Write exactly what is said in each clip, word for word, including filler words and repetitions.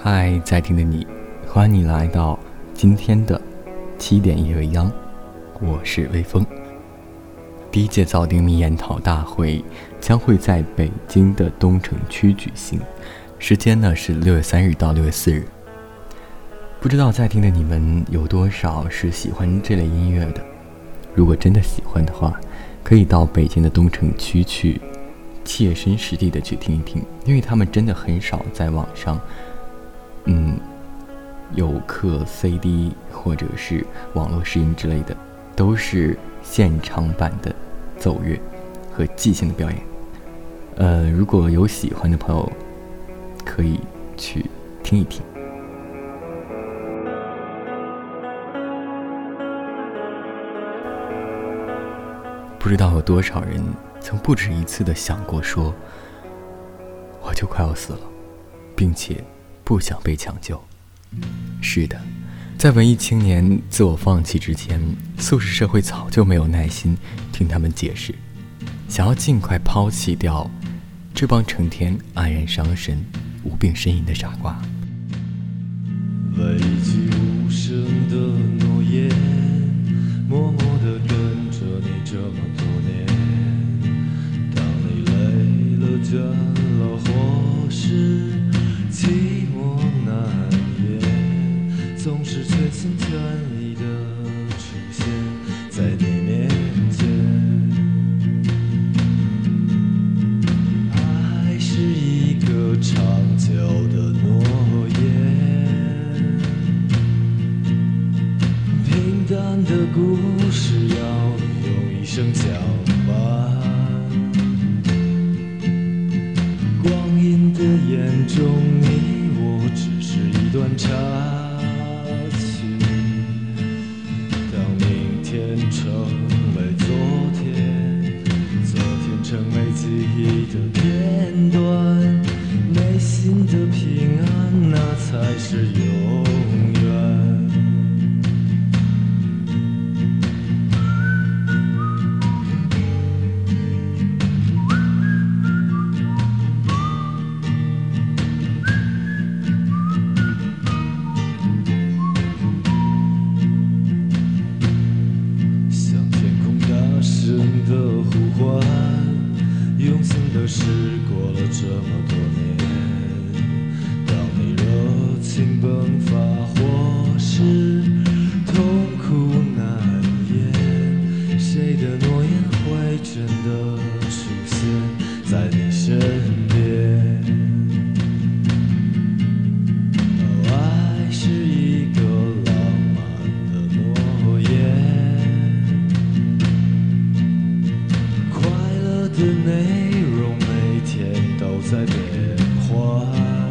嗨，在听的你，欢迎你来到今天的七点夜未央，我是微风。第一届早丁米研讨大会将会在北京的东城区举行，时间呢是六月三日到六月四日。不知道在听的你们有多少是喜欢这类音乐的？如果真的喜欢的话，可以到北京的东城区去切身实地的去听一听，因为他们真的很少在网上嗯，有刻 C D 或者是网络试音之类的，都是现场版的奏乐和即兴的表演。呃，如果有喜欢的朋友，可以去听一听。不知道有多少人曾不止一次地想过说，我就快要死了，并且不想被抢救。是的，在文艺青年自我放弃之前，素食社会早就没有耐心听他们解释，想要尽快抛弃掉这帮成天黯然伤神、无病呻吟的傻瓜。 畏惧无声的诺言，默默地跟着你这么多年。当你累了、倦了，或是寂寞难言，总是全心全意地出现在你面前。爱是一个长久的诺言，平淡的故事要用一生讲完。光阴的眼中，你我只是一段插曲。当明天成为昨天，昨天成为记忆的片段，内心的平安，那才是永远。用心的事过了这么多年，当你热情迸发，或是痛苦难言，谁的诺言会真的出现在你身边？哦，爱是一个浪漫的诺言，快乐的内容每天都在变换，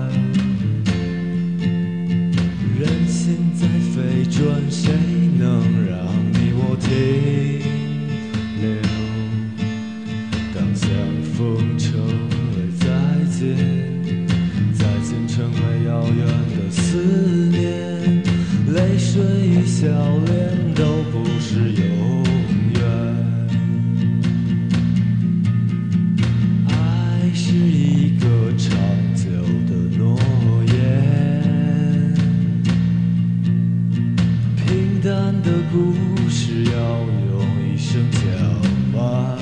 人心在飞转，谁能让你我停留？当相逢成为再见，再见成为遥远的思念，泪水与笑脸都不是永远。爱是一个长久的诺言，平淡的故事要用一生讲完。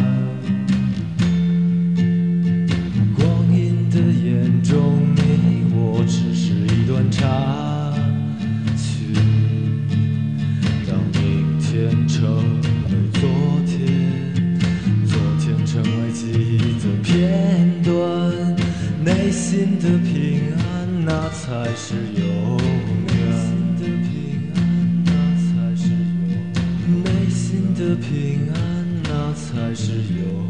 光阴的眼中，你我只是一段插曲。当明天成为昨天，昨天成为记忆的片段，内心的平安，那才是永远。内心的平安，那才是永远。